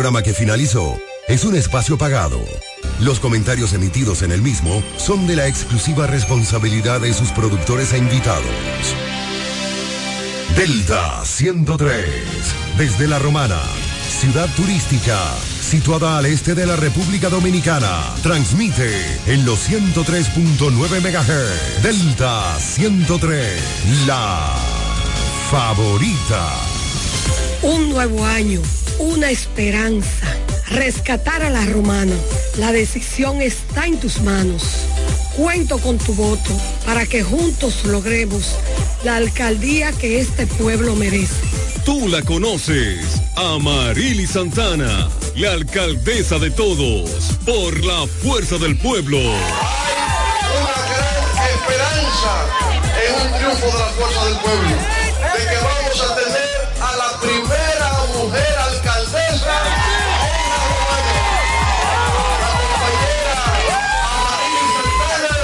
programa que finalizó es un espacio pagado. Los comentarios emitidos en el mismo son de la exclusiva responsabilidad de sus productores e invitados. Delta 103, desde La Romana, ciudad turística, situada al este de la República Dominicana, transmite en los 103.9 MHz. Delta 103, la favorita. Un nuevo año, una esperanza, rescatar a La Romana. La decisión está en tus manos. Cuento con tu voto para que juntos logremos la alcaldía que este pueblo merece. Tú la conoces, Amarili Santana, la alcaldesa de todos, por la fuerza del pueblo. Hay una gran esperanza en un triunfo de la fuerza del pueblo, de que vamos a tener a la primera mujer alcaldesa en La Romana, la compañera Amarili Santana.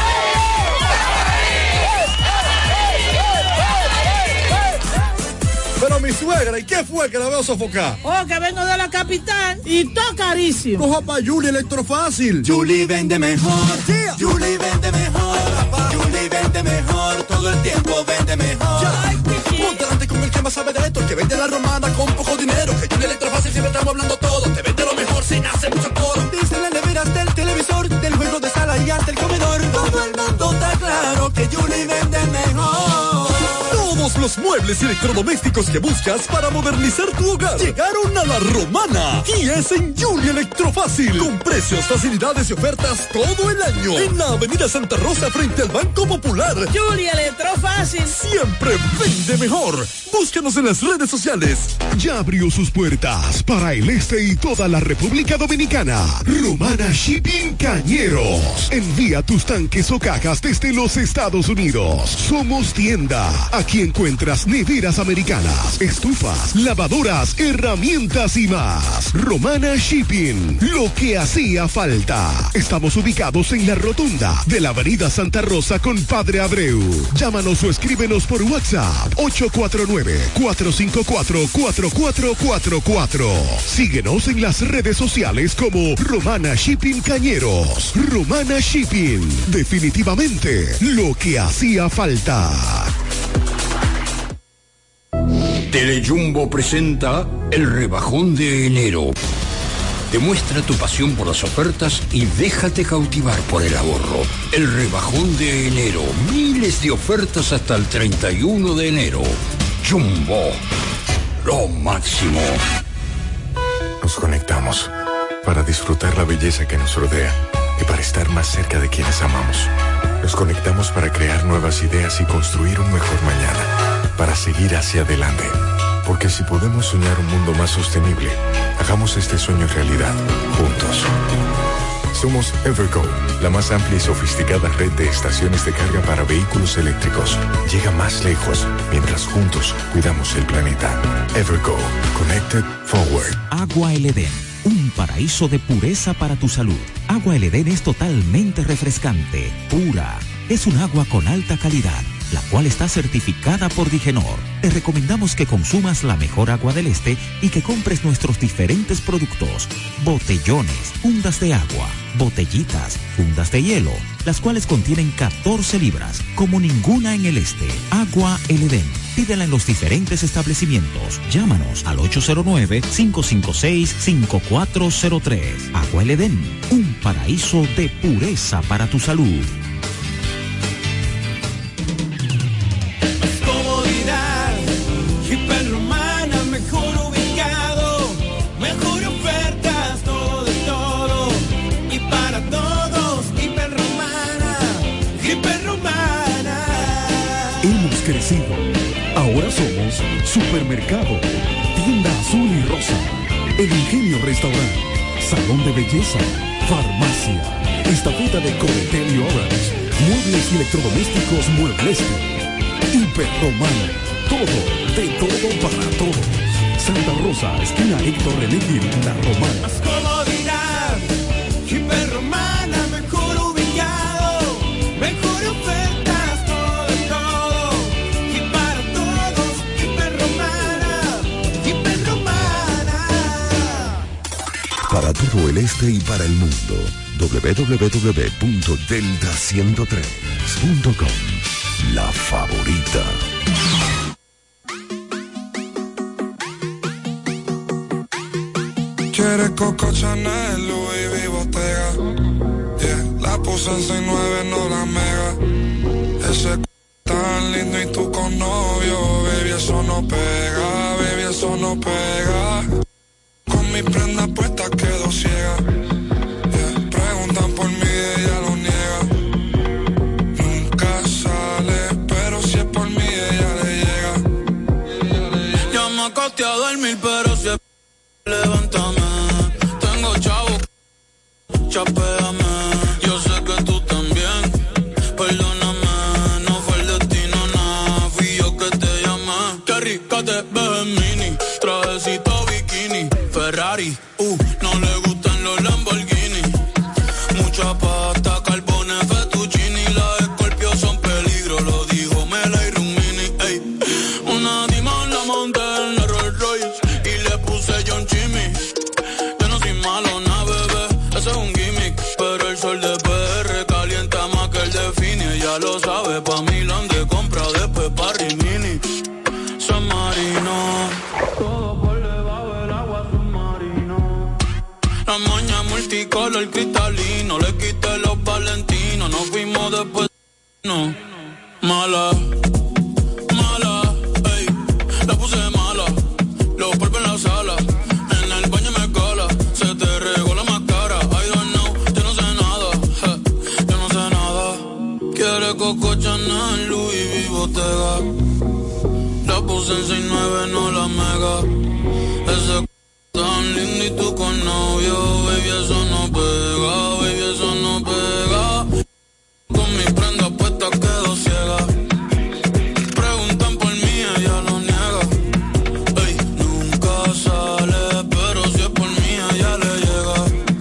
Pero mi suegra, ¿y qué fue que la veo sofocar? Oh, que vengo de la capital y todo carísimo. Coja pa' Julie Electrofácil. Julie vende mejor. Yeah. Julie vende mejor. Julie vende mejor. Todo el tiempo vende mejor. Ponte delante con el que más sabe de esto, el que vende La Romana con poco dinero. Que Julie Electrofácil siempre estamos hablando todo. Te vende lo mejor sin hacer mucho coro. Dice las neveras del televisor, del juego de sala y hasta el comedor. Todo el mundo está claro que Julie vende mejor. Todos los muebles y electrodomésticos que buscas para modernizar tu hogar llegaron a La Romana y es en Julie Electrofácil, con precios, facilidades y ofertas todo el año en la avenida Santa Rosa frente al Banco Popular. Julie Electrofácil Siempre vende mejor. Búscanos en las redes sociales. Ya abrió sus puertas para el este y toda la República Dominicana. Romana Shipping Cañeros. Envía tus tanques o cajas desde los Estados Unidos. Somos tienda. Aquí encuentras neveras americanas, estufas, lavadoras, herramientas y más. Romana Shipping, lo que hacía falta. Estamos ubicados en la rotunda de la avenida Santa Rosa con Padre Abreu. Llámanos o escríbenos por WhatsApp 849-454-4444. Síguenos en las redes sociales como Romana Shipping Cañeros. Romana Shipping, definitivamente lo que hacía falta. Telejumbo presenta el rebajón de enero. Demuestra tu pasión por las ofertas y déjate cautivar por el ahorro. El rebajón de enero. Miles de ofertas hasta el 31 de enero. Jumbo. Lo máximo. Nos conectamos para disfrutar la belleza que nos rodea y para estar más cerca de quienes amamos. Nos conectamos para crear nuevas ideas y construir un mejor mañana, para seguir hacia adelante. Porque si podemos soñar un mundo más sostenible, hagamos este sueño realidad, juntos. Somos Evergo, la más amplia y sofisticada red de estaciones de carga para vehículos eléctricos. Llega más lejos, mientras juntos cuidamos el planeta. Evergo, Connected Forward. Agua El Edén, un paraíso de pureza para tu salud. Agua El Edén es totalmente refrescante, pura. Es un agua con alta calidad, la cual está certificada por Digenor. Te recomendamos que consumas la mejor agua del este y que compres nuestros diferentes productos: botellones, fundas de agua, botellitas, fundas de hielo, las cuales contienen 14 libras, como ninguna en el este. Agua El Edén. Pídela en los diferentes establecimientos. Llámanos al 809-556-5403. Agua El Edén, un paraíso de pureza para tu salud. Hiperromana, mejor ubicado, mejor ofertas, todo de todo y para todos. Hiperromana, Hiperromana. Hemos crecido. Ahora somos Supermercado, Tienda Azul y Rosa, El Ingenio Restaurant, Salón de Belleza, Farmacia, Estafeta de Cometel y Orange, Muebles y Electrodomésticos Muebleste, Hiperromana. Todo, de todo para todos. Santa Rosa, esquina Héctor René Gil, La Romana. Más comodidad, Hiperromana, mejor ubicado, mejor ofertas, todo de todo y para todos. Hiperromana, Hiperromana. todo el este y para el mundo. www.delta103.com. La favorita. Quieres Coco Chanel, Louis V, Bottega. Yeah, la puse en 6'9", no la mega. Ese tan lindo y tú con novio, baby, eso no pega, baby, eso no pega. Con mi prenda puesta quedo ciega. Yeah, preguntan por mí, ella lo niega. Nunca sale, pero si es por mí, ella le llega. Ya me acosté a dormir, pero si es levántame. Tengo chavo, chapéame. Yo sé que tú también. Perdóname, no fue el destino, nada. Fui yo que te llamé. Qué rica te ves en mini. Trajecito bikini. Ferrari, no le gustan los Lamborghini. Mucha pasta, carbones, fettuccini. Las Scorpio son peligro, lo dijo Mela y Rumini. Ey, una Dimon la monté en la Rolls Royce y le puse John Chimmy. Yo no soy malo, na bebé, eso es un gimmick. Pero el sol de PR calienta más que el de Fini. Ella lo sabe, pa' Milán de compra, después pa' Rimini. San Marino, todo por debajo del agua submarino. La moña multicolor cristalino, le quité los valentinos. Nos fuimos después, no, mala, mala, ey, la puse mala. Los polvos en la sala, en el baño me cola. Se te regó la máscara, I don't know, yo no sé nada, yo no sé nada. Quiere Coco Chanel, Louis V, Bottega. La puse en 6'9", no la mega. Ese tan lindo y tú con novio, baby, eso no pega, baby, eso no pega. Con mi prenda puesta quedo ciega. Preguntan por mí, ella lo niega. Ey, nunca sale, pero si es por mí, ella le llega.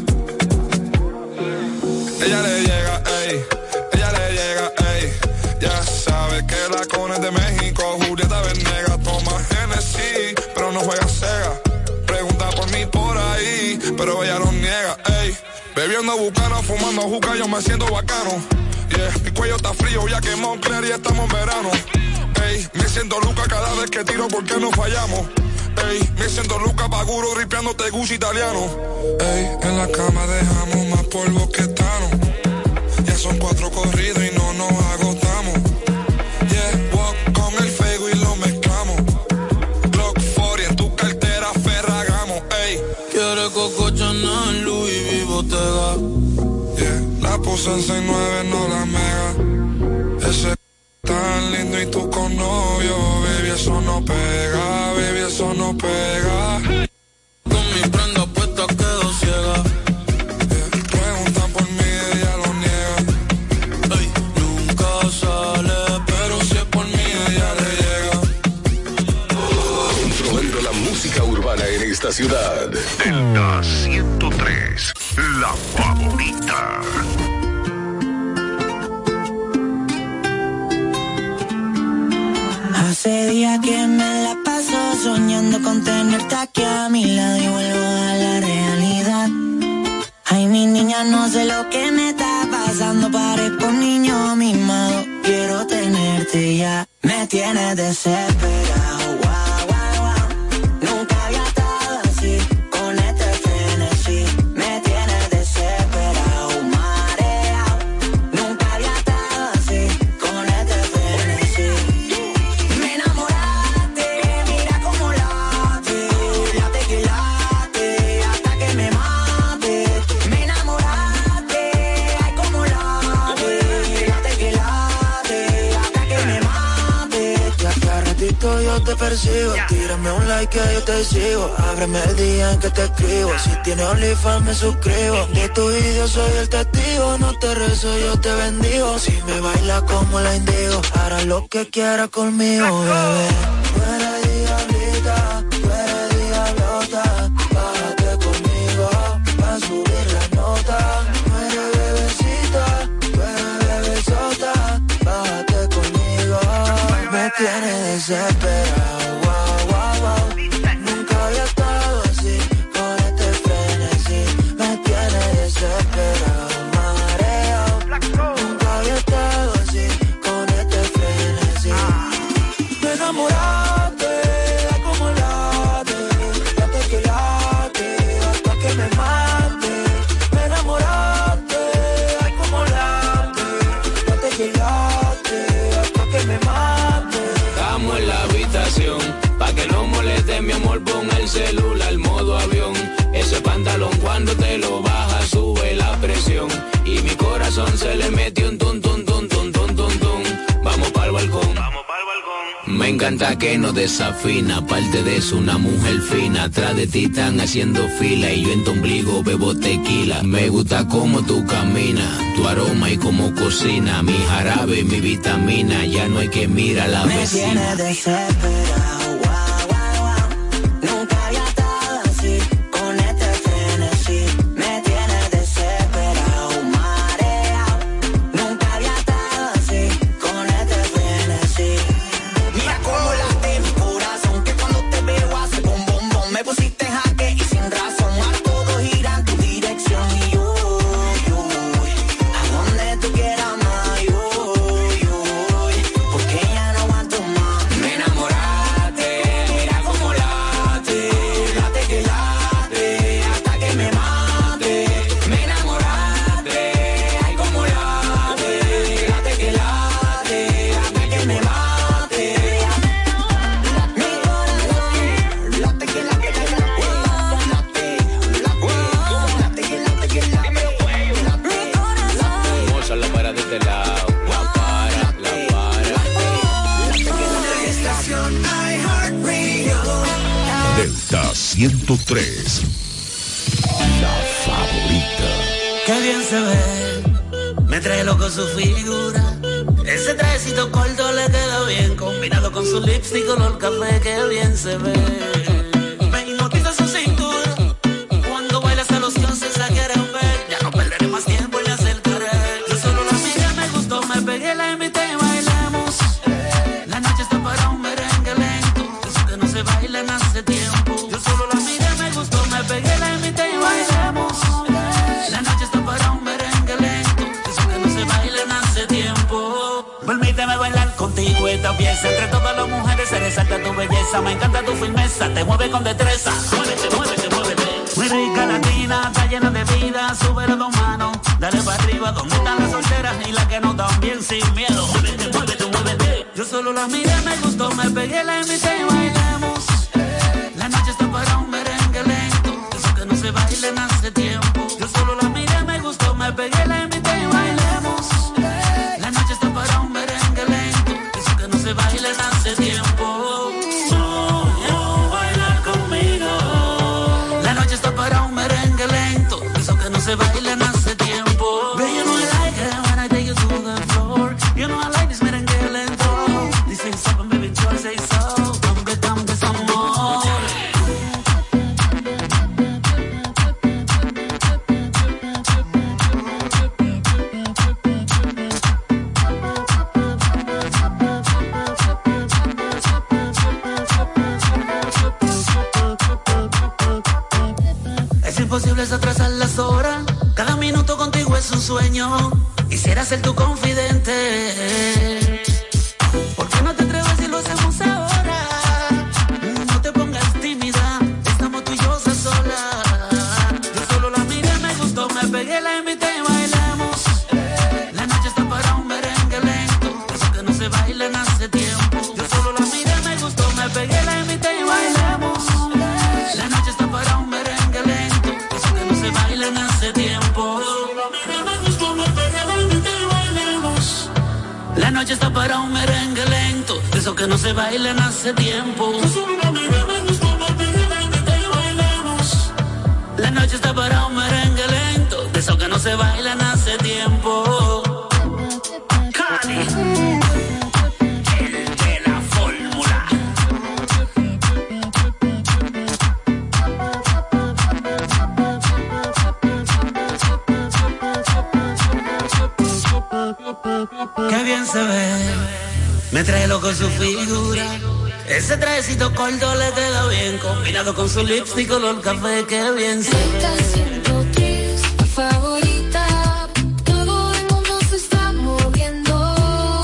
Ella le llega, ey, ella le llega, ey. Ya sabe que la cona es de México, Julieta Venegas, toma Genesis, pero no juega Sega. Pregunta por mí por ahí, pero ella lo niega, ey. Bebiendo bucana, fumando juca, yo me siento bacano. Yeah, mi cuello está frío, ya que Moncler y estamos en verano. Ey, me siento Luca cada vez que tiro porque no fallamos. Ey, me siento Luca Paguro, ripeándote Gucci italiano. Ey, en la cama dejamos más polvo que Tano. Ya son 4 corridos y no nos agotamos. Yeah, walk con el fuego y lo mezclamos. Glock 40 en tu cartera, Ferragamo, ey. Quiere Coco Chanel, Louis V, Bottega. Yeah, la puse en 6'9", no la mega. Ese tan lindo y tú con novio, baby, eso no pega, baby, eso no pega. Con mi prenda puesta quedo ciega. Yeah, preguntan por mí, ella lo niega. Ey, nunca sale, pero si es por mí, ella le llega. Controlando la música urbana en esta ciudad. Delta 103, la favorita. Hace días que me la paso soñando con tenerte aquí a mi lado y vuelvo a la realidad. Ay, mi niña, no sé lo que me está pasando, parezco un niño mimado. Quiero tenerte ya, me tienes desesperado. Wow, wow, wow. Nunca había estado así, con este frenesí. Me tienes desesperado, mareado. Nunca había estado así, con este frenesí. Me enamoraste, mira cómo late, late que late, hasta que me mate. Me enamoraste, ay como late, late que late, hasta que me mate. Ya que a ratito yo te persigo, tírame un like que yo te sigo, ábreme el día en que te escribo, si tienes OnlyFans me suscribo, de tu video soy el testigo, no te rezo yo te bendigo, si me baila como la indigo, hará lo que quiera conmigo, bebé. Tú eres diablita, tú eres diablota, bájate conmigo, pa' subir la nota. Tú eres bebecita, tú eres bebesota, bájate conmigo, me tienes desesperado, wow, wow, wow. Nunca había estado así, con este frenesí, me que late, hasta que me mate. Estamos en la habitación, pa' que no moleste mi amor, pon el celular modo avión. Ese pantalón cuando te lo bajas sube la presión. Y mi corazón se le metió un tun tun tun tun tun tun tun. Vamos pa'l balcón. Me encanta que no desafina, aparte de eso una mujer fina. Atrás de ti están haciendo fila y yo en tu ombligo bebo tequila. Me gusta cómo tú caminas, tu aroma y cómo cocina. Mi jarabe, mi vitamina, ya no hay que mirar a la vecina. Me tiene desesperado, wow, wow, wow. Nunca había estado así, con este frenesí. Me tiene desesperado, mareado. Nunca había estado así, con este frenesí. Mira cómo late mi corazón, que cuando te veo hace bom bom bom. Me pusiste en jaque y sin razón, a todo gira en tu dirección. Y yo, a donde tú quieras más, porque ya no aguanto más. Me enamoraste, mira cómo late, late que late, hasta que me mate. Me enamoraste, ay como late, late que late, hasta que me mate. Moza la para de este lado, la para. Estación iHeartRadio. Delta 103. La favorita. Qué bien se ve, me trae loco su figura. Ese trajecito corto le queda bien, combinado con su lipstick color café, qué bien se ve. Me hipnotiza su cintura, cuando bailas a los dioses la quieren ver. Ya no perderé más tiempo y le acercaré. Yo solo la miré, me gustó, me pegué, la invité y bailamos. La noche está para un merengue lento, eso que no se bailan hace tiempo. Yo solo la miré, me gustó, me pegué, la invité y bailamos. La noche está para un merengue lento, eso que no se bailan hace tiempo. Permíteme bailar contigo esta pieza, entre todas las mujeres se resalta tu belleza. Me encanta tu firmeza, te mueve con destreza. Muévete, muévete, muévete. Muy rica latina, está llena de vida, sube las dos manos, dale para arriba, donde están las solteras y las que no están bien sin miedo. Muévete, muévete, muévete. Yo solo la miré, me gustó, me pegué, la invité y bailamos. La noche está para un merengue lento, eso que no se bailan hace tiempo. Yo solo la miré, me gustó, me pegué, la invité y bailamos. La noche está para un merengue lento, eso que no se bailan hace tiempo. Bailar conmigo. La noche está para un merengue lento, eso que no se bailan hace tiempo. Baby, you know I like it when I take you to the floor. You know I like this merengue lento. This ain't something, baby, George say so. Come get some more. Es imposible atrasar las horas. Cada minuto contigo es un sueño. Quisiera ser tu confidente. ¿Por qué no te atreves y lo hacemos ahora? No te pongas tímida, estamos tú y yo a solas. Yo solo la miré, me gustó, me pegué, la invité y bailamos. La noche está para un merengue lento, eso que no se bailan hace tiempo. Yo solo la miré, me gustó, me pegué, la invité y bailamos. La noche está para un merengue lento, eso que no se bailan hace tiempo. La noche está para un merengue lento, de esos que no se bailan hace tiempo. La noche está para un merengue lento, de esos que no se bailan hace tiempo. Cali, el de la fórmula. Qué bien se ve, me trae loco su figura. Ese trajecito corto le queda bien, combinado con su lipstick color café, qué bien se ve. 103, tu favorita, todo el mundo se está moviendo.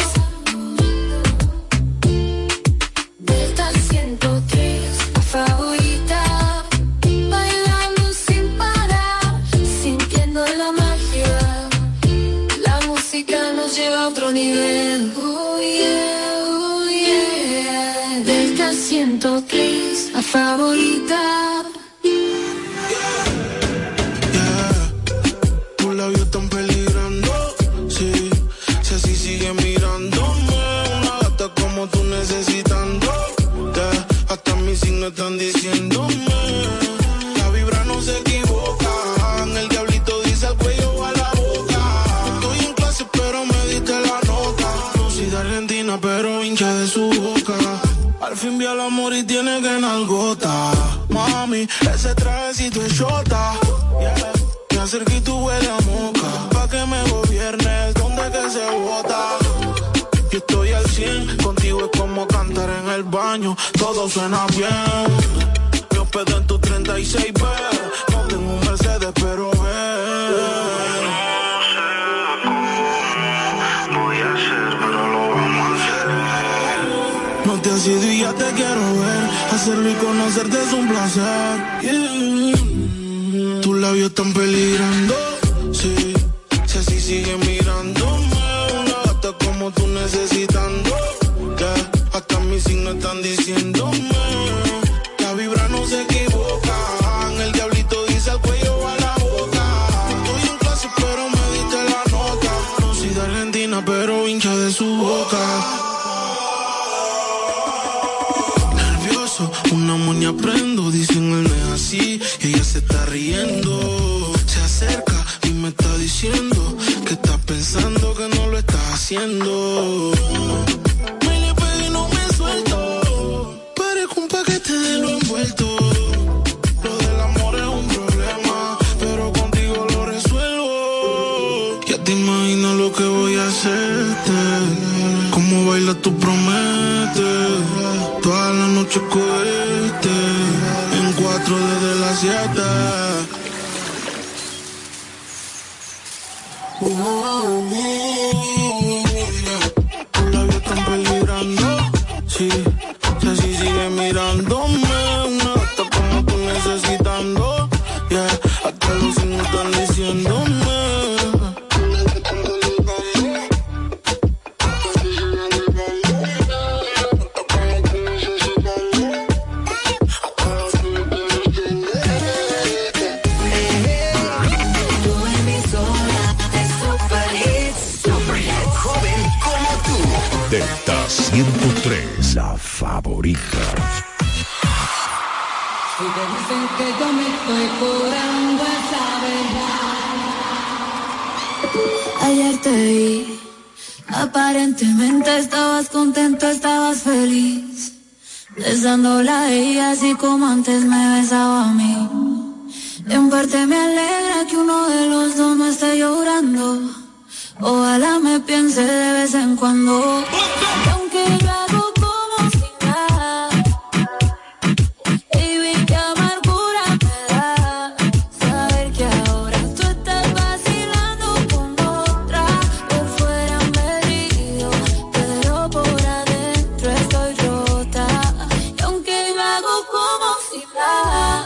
Delta 103, tu favorita, bailando sin parar, sintiendo la magia. La música nos lleva a otro nivel. yeah, oh yeah, oh yeah. Delta 103, la favorita. Tus labios están peligrando, sí. Si así sigue mirándome, una gata como tú necesitando. Hasta mis signos están diciéndome. La vibra no se equivoca. El diablito dice al cuello a la boca. Estoy en clase pero me diste la nota. No soy de Argentina pero hincha de su boca. Al fin vi al amor y tiene que nalgota. Mami, ese trajecito es shota. Yeah. Me acerqué y tú huele a moca. Pa' que me gobiernes, donde que se bota. Yo estoy al 100, contigo es como cantar en el baño. Todo suena bien. Me hospedé en tu 36B. No tengo un Mercedes, pero ven. Voy a hacer, pero lo vamos a hacer. No te has ido y ya te quiero ver. Hacerlo y conocerte es un placer. Yeah. Tus labios están peligrando, sí. Si así sigue mirándome, una gata como tú necesitando. Yeah. Hasta mis signos están diciéndome. La vibra no se equivoca. El diablito dice al cuello a la boca. Estoy en clase pero me diste la nota. No soy de Argentina pero hincha de su boca. Nervioso, una moña prendo. Dicen él no es así y ella se está riendo. Se acerca y me está diciendo que estás pensando que no lo estás haciendo. Me le pegué y no me suelto. Parezco un paquete de lo envuelto. Lo del amor es un problema, pero contigo lo resuelvo. Ya te imaginas lo que voy a hacerte. Cómo bailas tú prometes. Toda la noche cohete. En 4 desde las 7. Tus labios están peligrando, sí. Si así sigue mirándome, una gata como tú necesitando. Yeah, hasta los signos están diciéndome. Delta 103, la favorita. Si te dicen que yo me estoy curando esa verdad. Ayer te vi, aparentemente estabas contento, estabas feliz, besándola a ella así como antes me besaba a mí. En parte me alegra que uno de los dos no esté llorando. Ojalá me piense de vez en cuando. Y aunque yo hago como si nada, baby, qué amargura me da saber que ahora tú estás vacilando con otra. Por fuera me río, pero por adentro estoy rota. Y aunque yo hago como si nada,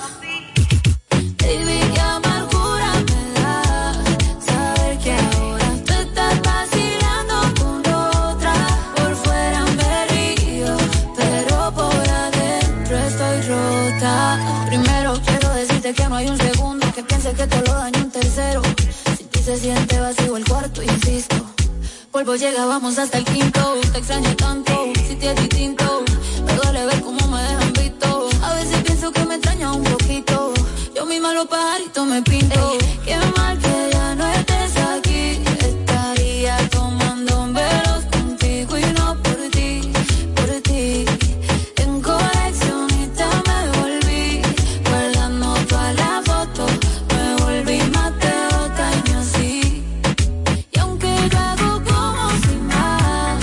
baby, qué amargura me da saber que ahora estás vacilando con otra. Por fuera me río, pero por adentro estoy rota. Primero quiero decirte que no hay un segundo que piense que te lo daño un tercero. Si ti se siente vacío el cuarto, insisto, polvo llega, vamos hasta el quinto. Te extraño tanto, si te es distinto. Me duele ver cómo me dejan visto. A veces pienso que me extraña un poquito. Yo misma los pajaritos me pinto. Qué mal que ya no estés aquí. Estaría tomando velos contigo y no por ti, por ti. En coleccionista me volví, guardando todas las fotos. Me volví más de taño así. Y aunque yo hago como si nada,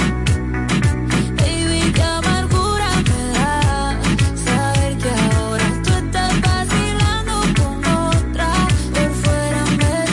baby, qué amargura me da saber que ahora tú estás vacilando con otra. Por fuera me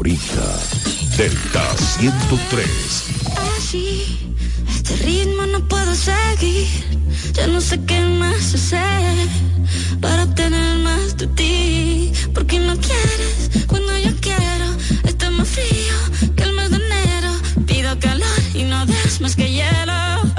favorita. Delta 103. Así, este ritmo no puedo seguir. Ya no sé qué más hacer para obtener más de ti. Porque no quieres cuando yo quiero. Está más frío que el mes de enero. Pido calor y no des más que hielo.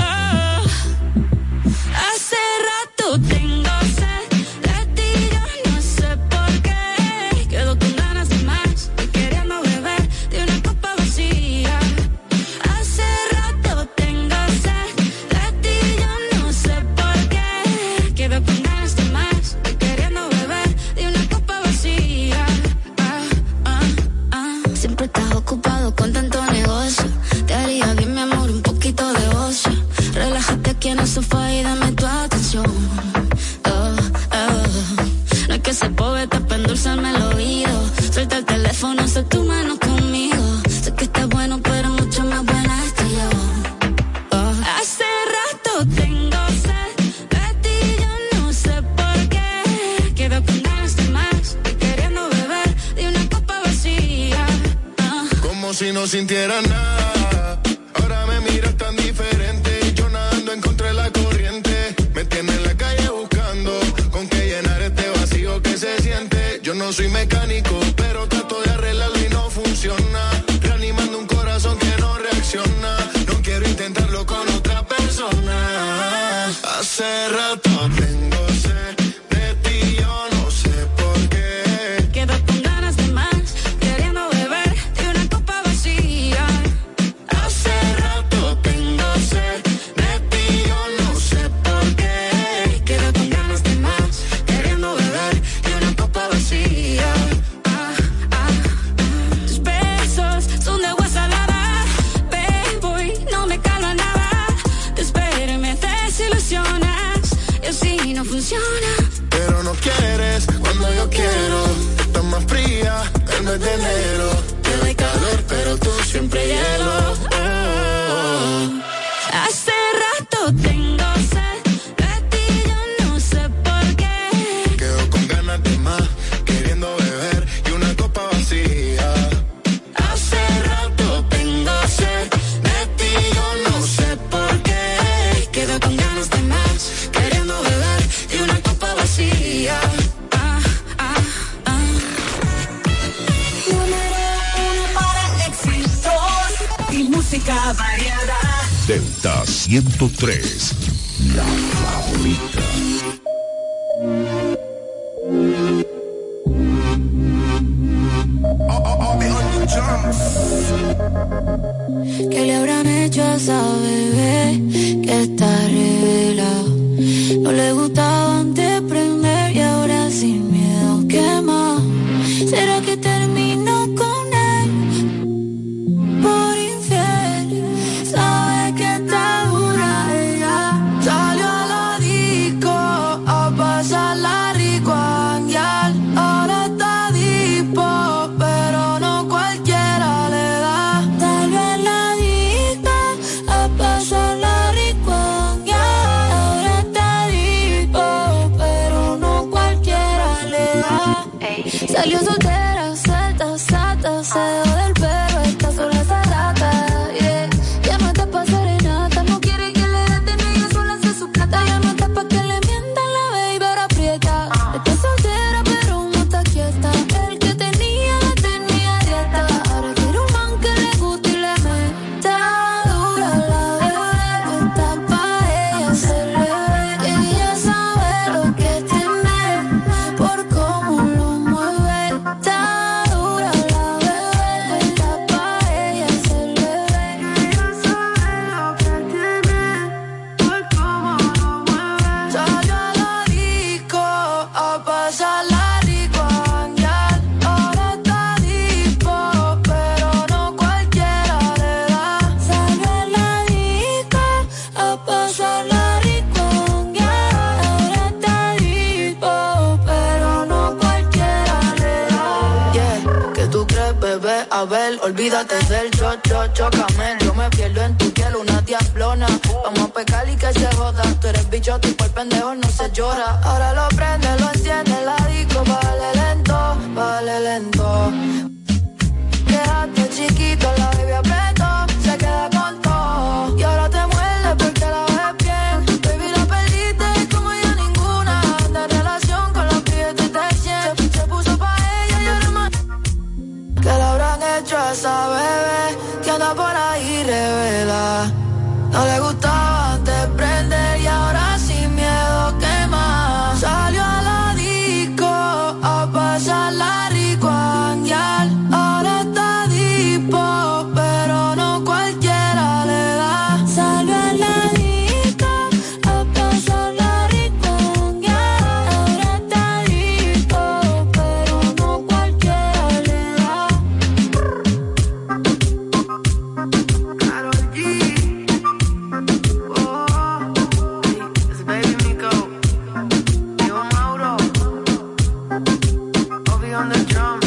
Hace rato tengo sed de ti, yo no sé por qué. Quedo con ganas de más y queriendo beber de una copa vacía. Hace rato tengo sed de ti, yo no sé por qué. Quedo con ganas de más y queriendo beber de una copa vacía. Siempre estás ocupado con tanto negocio. Te haría bien, mi amor, un poquito de ocio. Relájate aquí en el sofá y dame tu atención. No hay que ser poeta para endulzarme el oído. Suelta el teléfono, haz tu mano conmigo. Sé que estás bueno, pero mucho más buena estoy yo. Hace rato tengo sed de ti, yo no sé por qué. Quedo con ganas de más y queriendo beber de una copa vacía. Como si no sintiera nada. Ahora me miras tan diferente. Yo nadando en contra de la corriente. Me tienes en la calle buscando con qué llenar este vacío que se siente. Yo no soy mecánico, pero trato de arreglarlo y no funciona. Reanimando un corazón que no reacciona. No quiero intentarlo con otra persona. Hace rato tengo sed de ti, yo no sé por qué. Quedo con ganas de más, queriendo beber de una copa vacía. Hace rato tengo sed de ti, yo no sé por qué. Quedo con ganas de más, queriendo beber de una copa vacía. Tus besos son de agua salada, baby, no me calma nada. Te espero y me desilusionas, y así no funciona. Pero no quieres cuando yo quiero. Estás más fría el mes de enero. Te doy calor, pero tú siempre hielo. Hace rato tengo sed de ti, yo no sé por qué. Quedo con ganas de más, queriendo beber y una copa vacía. Hace rato tengo sed de ti, yo no sé por qué. Quedo con ganas de más, queriendo beber de una copa vacía. Número 1 para éxitos y música variada. Delta 103. La favorita. ¿Qué le habrán hecho a esa bebé que está revelado? No le gustaba antes prender y ahora sin miedo quema. ¿Será que terminó con él por infiel? Sabe que está dura ella. Salió a la disco a pasarla rico a janguear. Ahora está dispo, pero no cualquiera le da. Salió a la disco a pasarla rico a janguear. Ahora está dispo, pero no cualquiera le da. Salió soltera, suelta, sata, se dejó del pelo, está sola esa rata, yeah. Ya no está pa' serenata, no quiere que le gaten, ella sola hace su plata. Ya no está pa' que le mientan la baby, ahora aprieta. Está soltera pero no está quieta, el que tenía la tenía dieta. Ahora quiere un man que le guste y le meta dura la bebé, está pa' ella se le ve. Ella sabe lo que tiene, por cómo lo mueve. Está dura la bebé, está pa' ella se le ve. Ella sabe lo que tiene, por cómo lo mueve. Salió a la disco a pasarla rico a janguear. Ahora está dispo, pero no cualquiera le da. Salió a la disco a pasarla rico a janguear. Ahora está dispo, pero no cualquiera le da. Yeah, ¿qué tú crees, bebé? A ver, olvídate del chocame. Yo me pierdo en tu piel, una diablona. Vamos a pecar y que se joda. Tú eres bichote y por pendejo no se llora. Ahora lo prende, lo enciende, la disco, vale lento. Que No le gustaba antes prender y ahora sin miedo quema. Salió a la disco a pasarla rico a janguear. Ahora está dispo, pero no cualquiera le da. Salió a la disco a pasarla rico a janguear. Ahora está dispo, pero no cualquiera le da. Karol G. Oh, it's Baby Mico. Diego Mauro. Obi on the drums.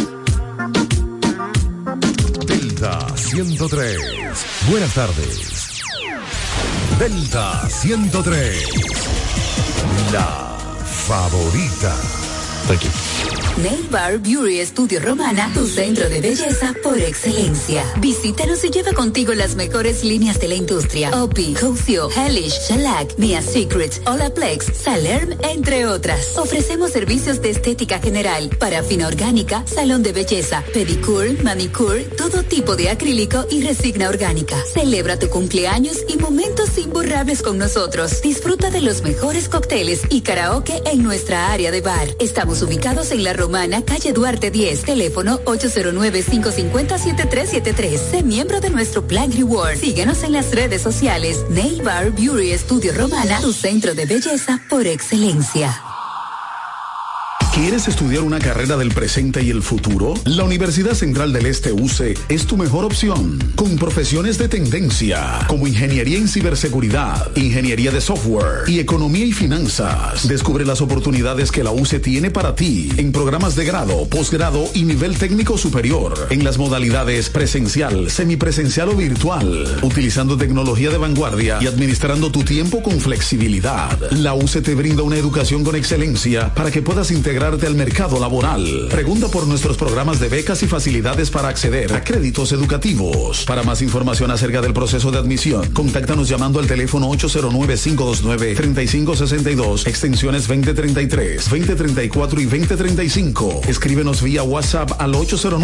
Delta 103. Buenas tardes. Delta 103. La favorita. Thank you. Nail Bar Beauty Estudio Romana, tu centro de belleza por excelencia. Visítanos y lleva contigo las mejores líneas de la industria. Opi, Cosio, Hellish, Shellac, Mia Secret, Olaplex, Salerm, entre otras. Ofrecemos servicios de estética general, parafina orgánica, salón de belleza, pedicure, manicure, todo tipo de acrílico y resina orgánica. Celebra tu cumpleaños y momentos imborrables con nosotros. Disfruta de los mejores cócteles y karaoke en nuestra área de bar. Estamos ubicados en la Romana, calle Duarte 10, teléfono 809-550-7373. Sé miembro de nuestro Plan Reward. Síguenos en las redes sociales. Nail Bar Beauty Estudio Romana, tu centro de belleza por excelencia. ¿Quieres estudiar una carrera del presente y el futuro? La Universidad Central del Este UCE es tu mejor opción, con profesiones de tendencia como ingeniería en ciberseguridad, ingeniería de software y economía y finanzas. Descubre las oportunidades que la UCE tiene para ti en programas de grado, posgrado y nivel técnico superior, en las modalidades presencial, semipresencial o virtual, utilizando tecnología de vanguardia y administrando tu tiempo con flexibilidad. La UCE te brinda una educación con excelencia para que puedas integrar al mercado laboral. Pregunta por nuestros programas de becas y facilidades para acceder a créditos educativos. Para más información acerca del proceso de admisión, contáctanos llamando al teléfono 809-529-3562, extensiones 2033, 2034 y 2035. Escríbenos vía WhatsApp al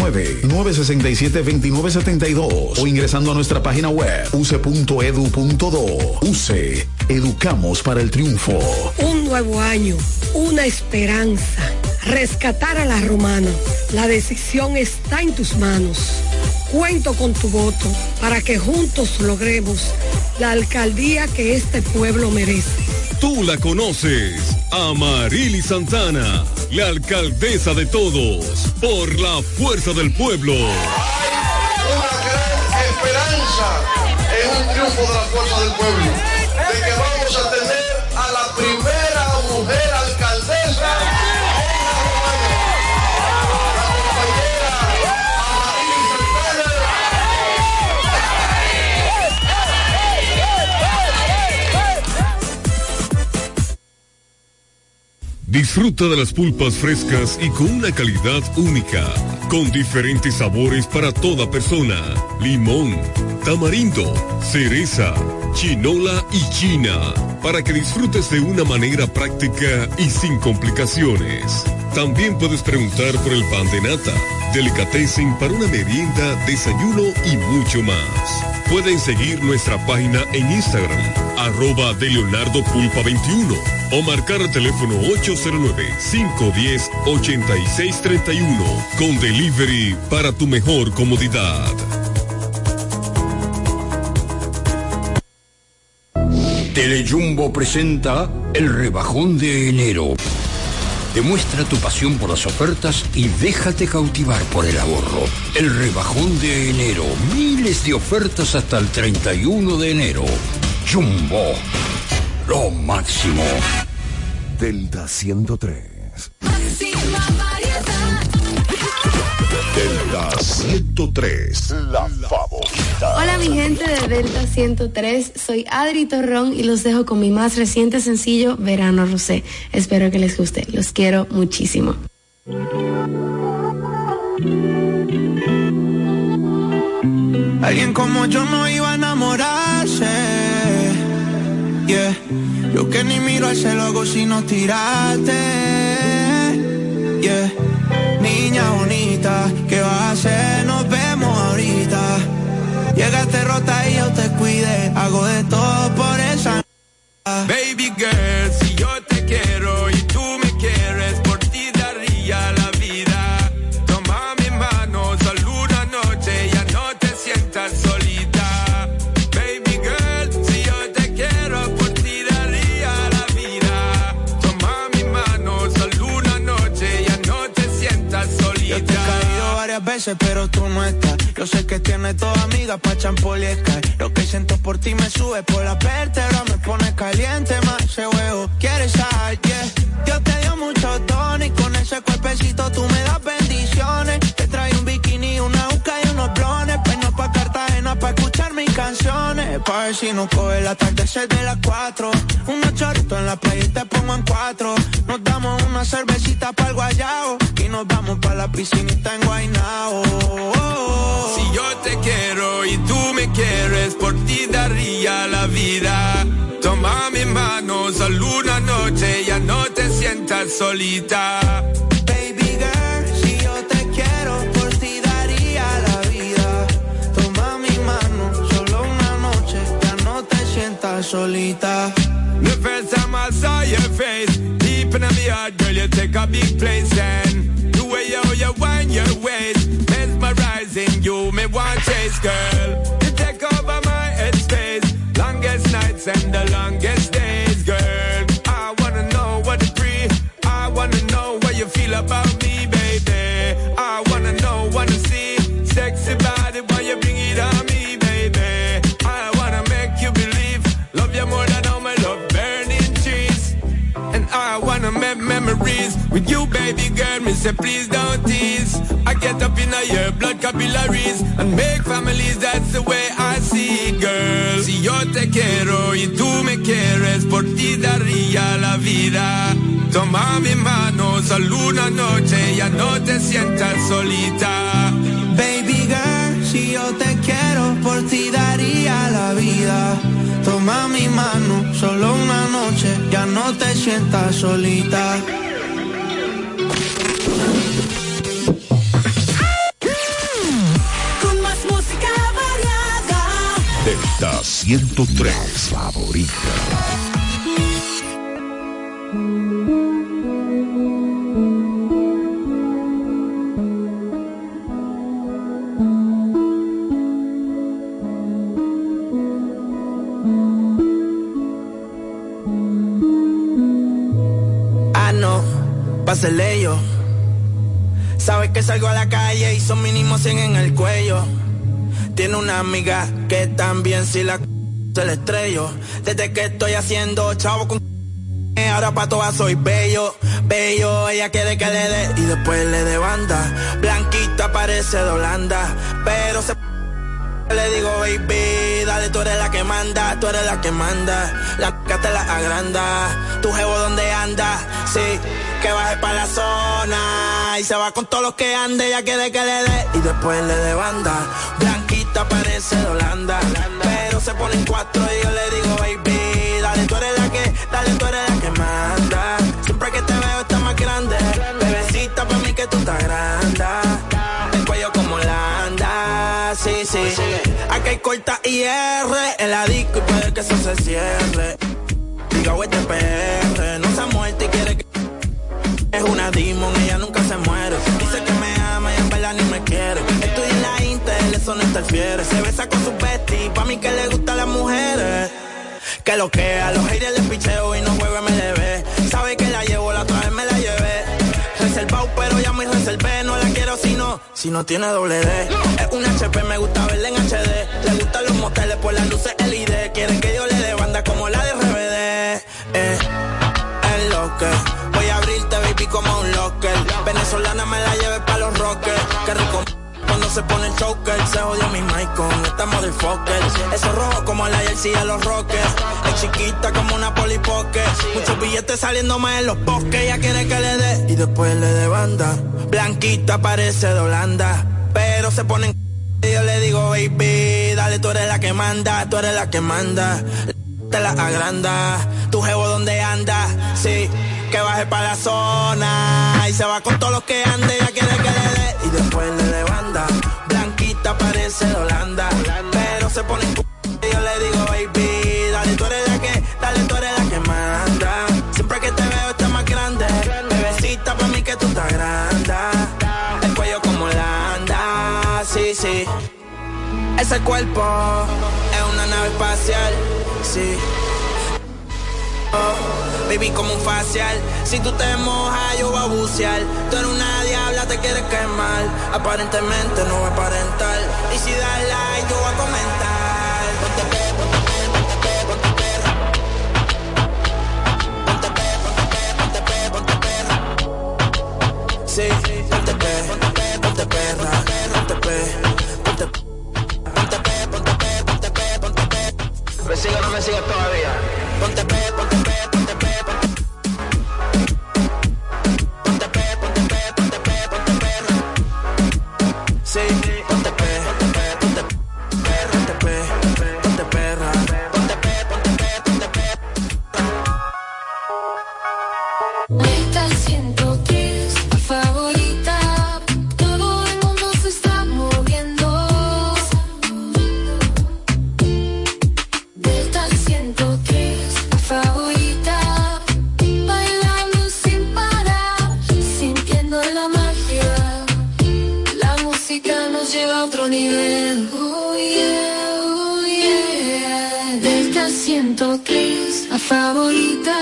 809-967-2972 o ingresando a nuestra página web uce.edu.do. UCE, educamos para el triunfo. Un nuevo año, una esperanza. Rescatar a la Romana. La decisión está en tus manos. Cuento con tu voto para que juntos logremos la alcaldía que este pueblo merece. Tú la conoces, Amarili Santana, la alcaldesa de todos, por la fuerza del pueblo. Hay una gran esperanza en un triunfo de la fuerza del pueblo, de que vamos a tener a la primera mujer alcaldesa. Disfruta de las pulpas frescas y con una calidad única, con diferentes sabores para toda persona: limón, tamarindo, cereza, chinola y china, para que disfrutes de una manera práctica y sin complicaciones. También puedes preguntar por el pan de nata, delicatessen para una merienda, desayuno y mucho más. Pueden seguir nuestra página en Instagram, @DeLeonardoPulpa21, o marcar el teléfono 809-510-8631, con delivery para tu mejor comodidad. Telejumbo presenta el rebajón de enero. Demuestra tu pasión por las ofertas y déjate cautivar por el ahorro. El rebajón de enero. Miles de ofertas hasta el 31 de enero. Jumbo. Lo máximo. Delta 103. Delta 103. La favorita. Hola mi gente de Delta 103, soy Adri Torrón y los dejo con mi más reciente sencillo, Verano Rosé. Espero que les guste, los quiero muchísimo. Alguien como yo no iba a enamorarse, yeah. Yo que ni miro al cielo hago sino tirarte, yeah. Niña bonita, ¿qué vas a hacer? Nos vemos ahorita. Llegaste rota y yo te cuide. Hago de todo Baby girl, si yo te quiero y tú me quieres, por ti daría la vida. Toma mi mano, solo una noche, ya no te sientas solita. Baby girl, si yo te quiero, por ti daría la vida. Toma mi mano, solo una noche, ya no te sientas solita. Yo te he caído varias veces, pero tú no estás. Yo sé que tienes toda amiga pa' champol y Sky. Lo que siento por ti me sube por la vértebra, me pone caliente más ese huevo. ¿Quieres saber? Yeah. Dios te dio mucho don y con ese cuerpecito tú me das bendiciones. Te trae un bikini, una uca y unos blones. Peino pa' Cartagena pa' escuchar mis canciones. Pa' ver si nos coge el atardecer de las 4. Unos chorritos en la playa y te pongo en 4. Nos damos una cervecita pa' el guayao y nos vamos pa' la piscinita en Guaynao. Si yo te quiero y tú me quieres, por ti daría la vida. Toma mi mano, solo una noche, ya no te sientas solita. Baby girl, si yo te quiero, por ti daría la vida. Toma mi mano, solo una noche, ya no te sientas solita. The first time I saw your face, deep in my heart, girl, you take a big place. And the way you wind your waist, mesmerizing you, me want chase, girl. You take over my headspace, longest nights and the longest days, girl. I wanna know what it's free, I wanna know what you feel about me, baby. I wanna know, wanna see, sexy body, why you bring it on me, baby. I wanna make you believe, love you more than all my love burning trees. And I wanna make memories with you, baby girl. Me say please don't tease. I get up in your blood capillaries and make families. That's the way I see it, girl. Si yo te quiero y tú me quieres, por ti daría la vida. Toma mi mano, solo una noche, ya no te sientas solita. Baby girl, si yo te quiero, por ti daría la vida. Toma mi mano, solo una noche, ya no te sientas solita. Con más música variada. Delta 103, favorita. Pásele yo. Sabes que salgo a la calle y son mínimo 100 en el cuello. Tiene una amiga que también si la se le estrello. Desde que estoy haciendo chavo con ahora pa' todas soy bello. Bello, ella quiere que le dé y después le dé banda. Blanquita parece de Holanda, pero se le digo baby, dale, tú eres la que manda, tú eres la que manda. La c*** te la agranda. Tu jevo donde anda, sí, que baje pa' la zona y se va con todos los que ande, ella quiere que le dé y después le dé banda. Blanquita parece de Holanda, pero se pone en 4 y yo le digo baby, dale, tú eres la que, dale, tú eres la que manda. Siempre que te veo estás más grande, bebecita pa' mí que tú estás grande. El cuello como Holanda, sí, sí. Aquí hay corta IR en la disco y puede que eso se cierre. Diga este PR, no se ha muerto y quiere que es una demon, ella nunca se muere. Dice que me ama y en verdad ni me quiere. Estoy en la Intel, eso no interfiere. Se besa con su bestie, pa' mí que le gustan las mujeres. Que lo que a los haters les picheo y no juego MLB. Sabe que la llevo, la otra vez me la llevé. Reservado pero ya me reservé. No la quiero si no tiene doble D. Es un HP, me gusta verla en HD. Le gustan los moteles por las luces LED. Quieren que yo le dé banda como la de RBD. Es lo que voy a abrirte, baby, como un locker. Venezolana me la lleve pa' los rockers. Qué rico cuando se pone el choker. Se jodió mi mic con esta motherfucker. Eso rojo como la jersey de los rockers. Es chiquita como una Polly Pocket. Muchos billetes saliendo más en los bosques. Ella quiere que le dé y después le dé banda. Blanquita parece de Holanda, pero se pone en y yo le digo baby, dale, tú eres la que manda, tú eres la que manda. Te la agranda, tu jevo donde anda, sí, que baje pa' la zona y se va con todos los que ande, ella quiere que le dé y después le dé banda. Blanquita parece de Holanda, pero se pone en y yo le digo baby, dale, tú eres la que, dale, tú eres la que manda. sí. Ese cuerpo es una nave espacial, sí. Oh, baby, como un facial. Si tú te mojas, yo voy a bucear. Tú eres una diabla, te quieres quemar. Aparentemente no voy a aparentar. Y si das like, yo voy a comentar. Ponte pe, ponte pe, ponte pe, ponte perra. Ponte pe, ponte pe, ponte pe, ponte perra. Sí, ponte pe, ponte pe, ponte perra. Ponte pe, ponte pe, ponte pe, ponte pe, ponte pe, ponte pe. ¿Me sigue o no me sigue todavía? Ponte pe, ponte pe, ponte pe, ponte pe. Ponte pe, ponte pe, ponte pe, ponte perra. Sí, ponte pe, ponte pe, ponte perra, ponte pe, ponte perra. Ponte pe, ponte pe, ponte pe. Esta siento que es mi favorita. Todo el mundo se está moviendo. Esta siento que es mi favorita. Bailando sin parar, sintiendo la magia. La música nos lleva a otro nivel. Oh yeah, oh yeah. Esta siento que es mi favorita.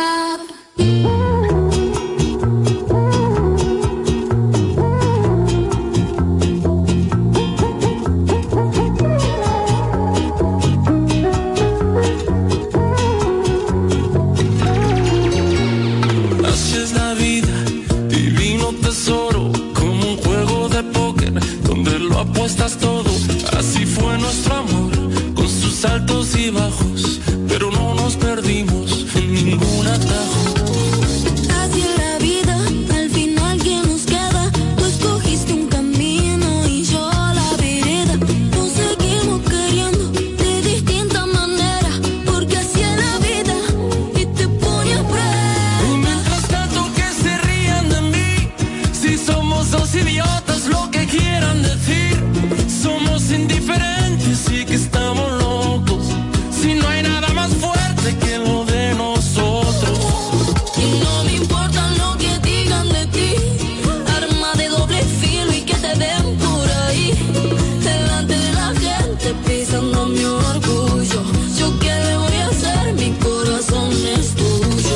Así es la vida, divino tesoro, como un juego de póker donde lo apuestas todo. Así fue nuestro amor, con sus altos y bajos, pero no nos perdimos en ningún atajo. Así es la vida, al final ¿quién nos queda? Tú escogiste un camino y yo la vereda. Nos seguimos queriendo de distinta manera, porque así es la vida y te pone a prueba. Y mientras tanto que se rían de mí, si somos dos idiotas, lo que quieran decir. Somos indiferentes y que estamos locos, si no hay nada más fuerte que lo de nosotros. Y no me importa lo que digan de ti, arma de doble filo y que te den por ahí, delante de la gente pisando mi orgullo. Yo qué le voy a hacer, mi corazón es tuyo.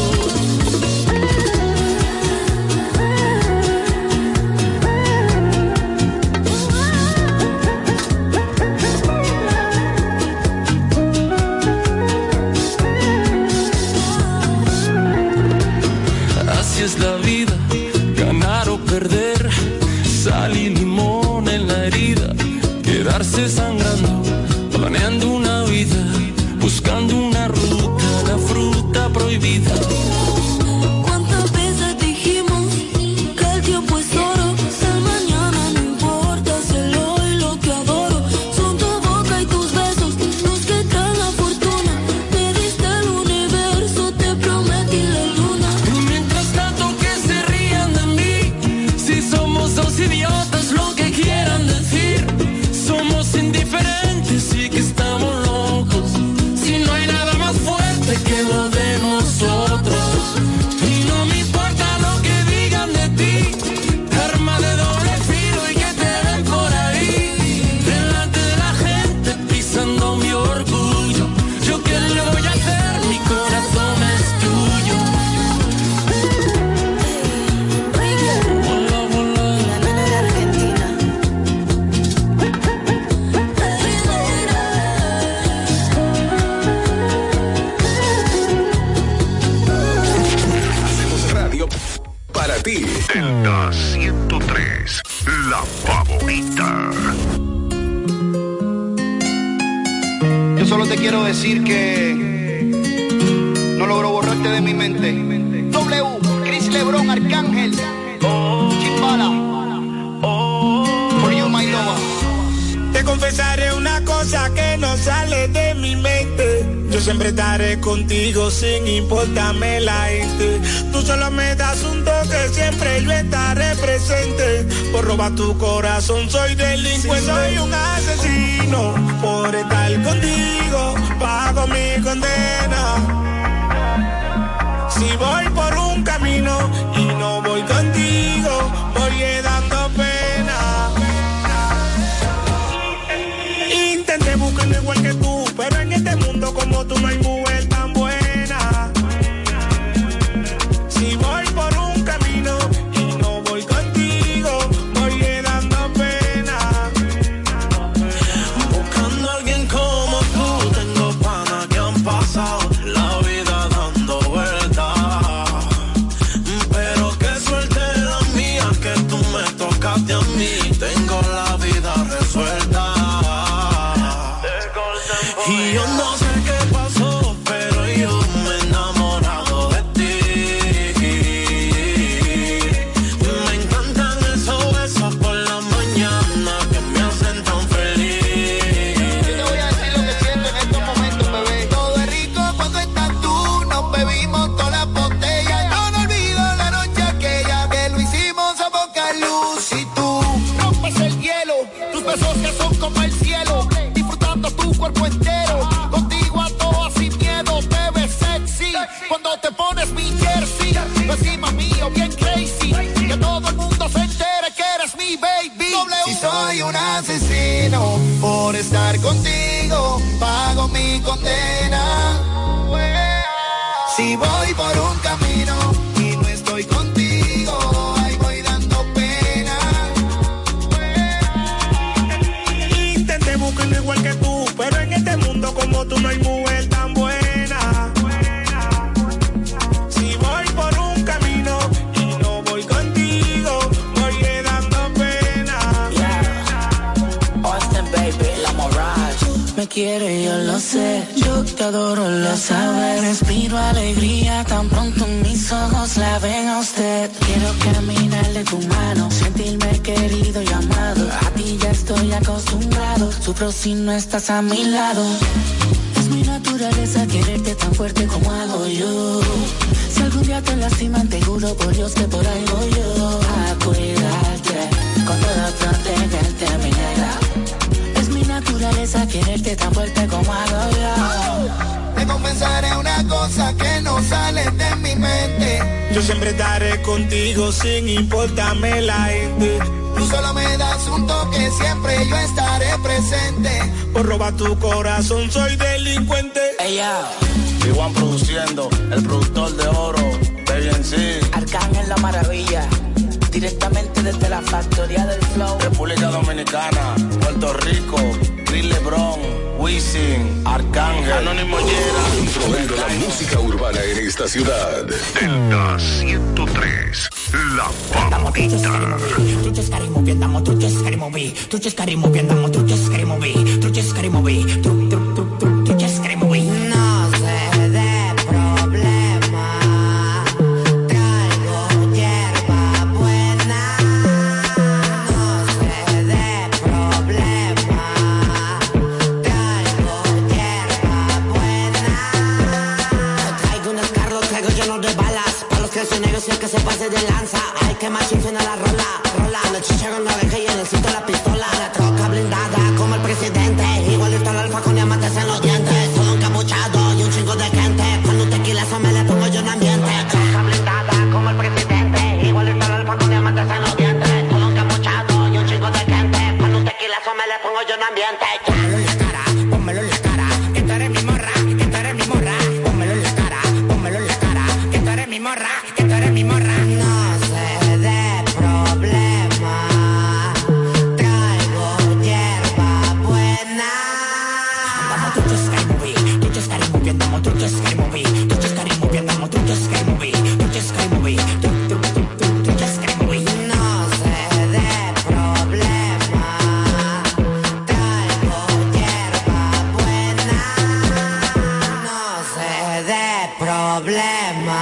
Así es la vida, ganar o perder, sal y limón en la herida, quedarse sangrando, planeando una vida, buscando una ruta, la fruta prohibida. ¿Cuántas veces dijimos que el tiempo es oro? El mañana no importa, si el hoy lo que adoro son tu boca y tus besos los que traen la fortuna. Me diste el universo, te prometí la luna. Y mientras tanto que se rían de mí, si somos dos idiotas, lo que quieran decir. Somos indiferentes y que estamos locos, si no hay nada más fuerte que lo de nosotros. Y no me importa lo que digan de ti, arma de doble filo y que te ven por ahí, delante de la gente pisando mi orgullo. Yo qué le voy a hacer, mi corazón es tuyo. Hola, hola. La nena de Argentina. Hacemos radio para ti. Delta 103, la favorita. Yo solo te quiero decir que no logro borrarte de mi mente. W, Chris Lebron, Arcángel, Chimbala, for you my lover. Te confesaré una cosa que no sale de mi mente. Yo siempre estaré contigo sin importarme la gente. Tú solo me das un toque, siempre yo estaré presente. Por robar tu corazón soy delincuente. Soy un asesino por estar contigo. Pago mi condena. Si voy por un camino y no voy contigo, voy dando pena. buscando igual que tú, pero en este mundo como tú no hay mujer tan buena. Si voy por un camino y no voy contigo, voy dando pena. Buscando a alguien como tú, tengo panas que han pasado la vida dando vueltas. Pero qué suerte la mía que tú me tocaste a mí. Tengo la vida resuelta. Y yo no sé qué pasó, pero yo me he enamorado de ti. Me encantan esos besos por la mañana que me hacen tan feliz. Yo te voy a decir lo que siento en estos momentos, bebé. Todo es rico cuando estás tú. Nos bebimos todas las botellas. Yo no olvido la noche aquella que lo hicimos a poca luz. Y tú rompes el hielo. Tus besos que son como el cielo. Disfrutando tu cuerpo entero. Contigo a todo sin miedo. Te ves sexy cuando te pones mi jersey. Encima mío, bien crazy. Que todo el mundo se entere que eres mi baby. Si soy un asesino por estar contigo, pago mi condena. Si voy por un camino y no estoy contigo, ahí voy dando pena. Intenté buscarlo igual que tú, pero en este mundo como tú no hay mujer tan buena. Si voy por un camino y no voy contigo, voy dando pena. Austin, baby, la Mirage. Me quiere, yo lo sé. Yo te adoro, lo sabes. Respiro alegría tan pronto mis ojos la ven a usted. Quiero caminarle tu mano, sentirme querido y amado. A ti ya estoy acostumbrado. Sufro si no estás a mi lado. Es mi naturaleza quererte tan fuerte como hago yo. Si algún día te lastiman, te juro por Dios que por ahí voy yo a cuidarte, con todo protegerte, mi negra. Es mi naturaleza quererte tan fuerte como hago yo. Te confesaré una cosa que no sale de mi mente. Yo siempre estaré contigo sin importarme la gente. Tú solo me das un toque, siempre yo estaré presente. Por robar tu corazón soy delincuente. Ella, Iguan produciendo, el productor de oro, BNC. Arcángel la maravilla, directamente desde la factoría del flow. República Dominicana, Puerto Rico, Chris Lebron, Wisin, Arcángel, Anónimo Yera. Controlando la música urbana en esta ciudad. Delta 103, La Favorita. No sé de problema, traigo hierba buena. No sé de problema, traigo hierba buena. Traigo un escarlo, traigo lleno de balas. Para los que son negros y el que se pase de lanza. Hay que machín suena la rola, rola. La chicha con la oreja y necesito la pistola. La troca blindada como el presidente. Igualito al alfa con diamantes en los dientes. Todo encapuchado y un chingo de gente. Con un tequila eso me le pongo yo en ambiente. Troca blindada como el presidente. Igualito al alfa con diamantes en los dientes. Todo encapuchado y un chingo de gente. Con un tequila eso me le pongo yo en ambiente. Pónmelo en la cara, pónmelo en la cara. Que tú eres mi morra, que tú eres mi morra. Pónmelo en la cara, pónmelo en la cara. Que tú eres mi morra, que tú eres mi morra. No sé de problema, traigo hierba buena. Andamos truchos scary movie, truchos scary movie, andamos truchos scary movie, truchos scary movie, andamos truchos scary movie, truchos scary movie, truchos scary movie. No sé de problema, traigo hierba buena. No sé de problema,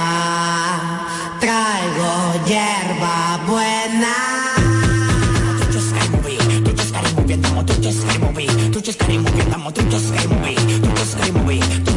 traigo hierba buena. Truchos scary movie, truchos scary movie, andamos truchos scary movie, truchos scary movie, andamos truchos scary movie, truchos scary movie.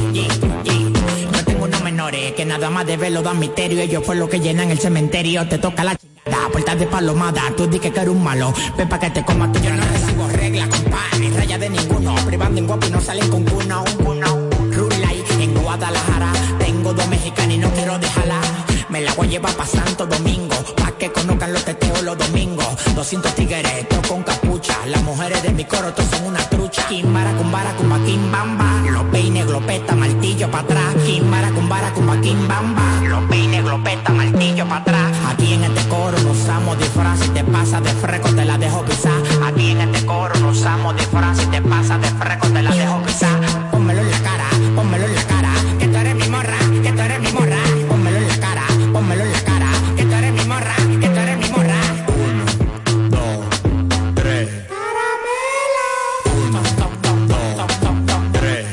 Yo tengo unos menores que nada más de verlo dan misterio. Ellos fue lo que llenan el cementerio. Te toca la chingada, puertas de palomada. Tú di que eres un malo, ven pa' que te comas. Tú yo no recibo regla, compa, ni raya de ninguno. Privando en guapo y no salen con uno. Rulay en Guadalajara. Tengo dos mexicanos y no quiero dejarla. Me la voy a llevar pa' Santo Domingo, pa' que conozcan los teteos, los Domingo, 200 tigres, todos con capucha. Las mujeres de mi coro, todos son una trucha. Kimbara, cumbara, cumba, kimbamba. Los peines, glopeta, martillo pa' atrás. Kimbara, cumbara, cumba, kimbamba. Los peines, glopeta, martillo pa' atrás. Aquí en este coro no usamos disfraz. Si te pasa de freco, te la dejo pisar. Aquí en este coro no usamos disfraz. Si te pasa de freco, te la dejo pisar. Pónmelo en la cara, pónmelo en la cara. Que tú eres mi morra, que tú eres mi morra. Pónmelo en la cara, pónmelo en la cara. Que tú eres mi morra, que tú eres mi morra. 1, 2, 3. Caramela. 1, 2, 3.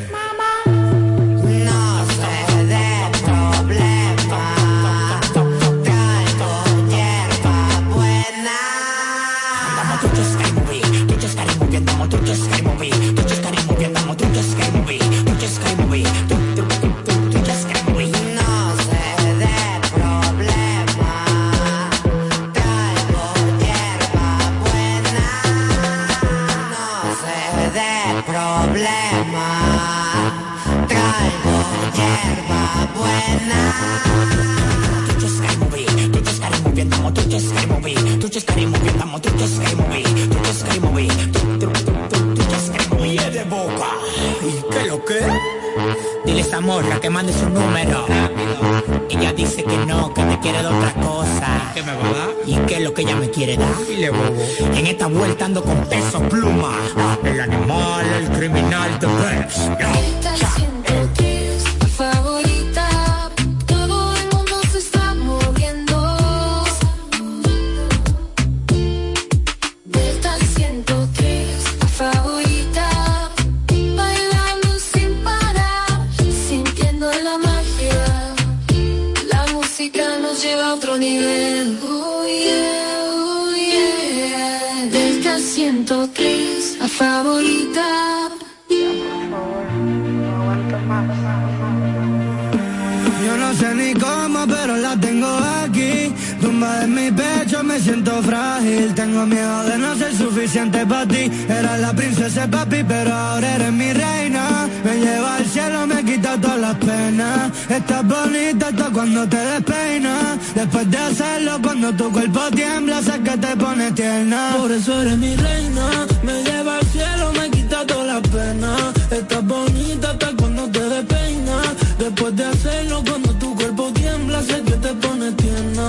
No sé de problema. Traigo hierba buena. Andamos trucho Sky Movie, trucho Sky Movie, andamos trucho Sky Movie, trucho Sky Movie, andamos trucho Sky Movie, trucho Sky Movie, trucho Sky Movie. No sé de problema. Traigo hierba buena. No sé de problema. Traigo hierba buena. Trucho Sky Movie, trucho Sky Movie, andamos trucho Sky Movie, trucho Sky Movie, andamos trucho Sky Movie, trucho Sky Movie, trucho Sky Movie. Y de boca. ¿Y qué lo que? Dile a esa morra que mande su número. Ella dice que no, que me quiere dar otra cosa. ¿Qué me va a dar? ¿Y qué es lo que ella me quiere dar? Dile bobo. En esta vuelta ando con Peso Pluma. El animal, el criminal de Peps. Esta siento que es tu favorita. Todo el mundo se está moviendo. Esta siento que es tu favorita. Bailando sin parar, sintiendo la magia. La música nos lleva a otro nivel. Oh yeah, oh yeah. Esta siento que es la favorita. Yo no sé ni cómo, pero la tengo aquí. Tumba en mi pecho, me siento frágil. Tengo miedo de no ser suficiente para ti. Era la princesa papi, pero ahora eres mi reina. Me lleva al cielo, me quita todas las penas. Estás bonita hasta cuando te despeinas. Después de hacerlo, cuando tu cuerpo tiembla, sé que te pones tierna. Por eso eres mi reina. Me lleva al cielo, me quita todas las penas. Estás bonita hasta cuando te despeinas. Después de hacerlo, cuando tu cuerpo tiembla, sé que te pones tierna.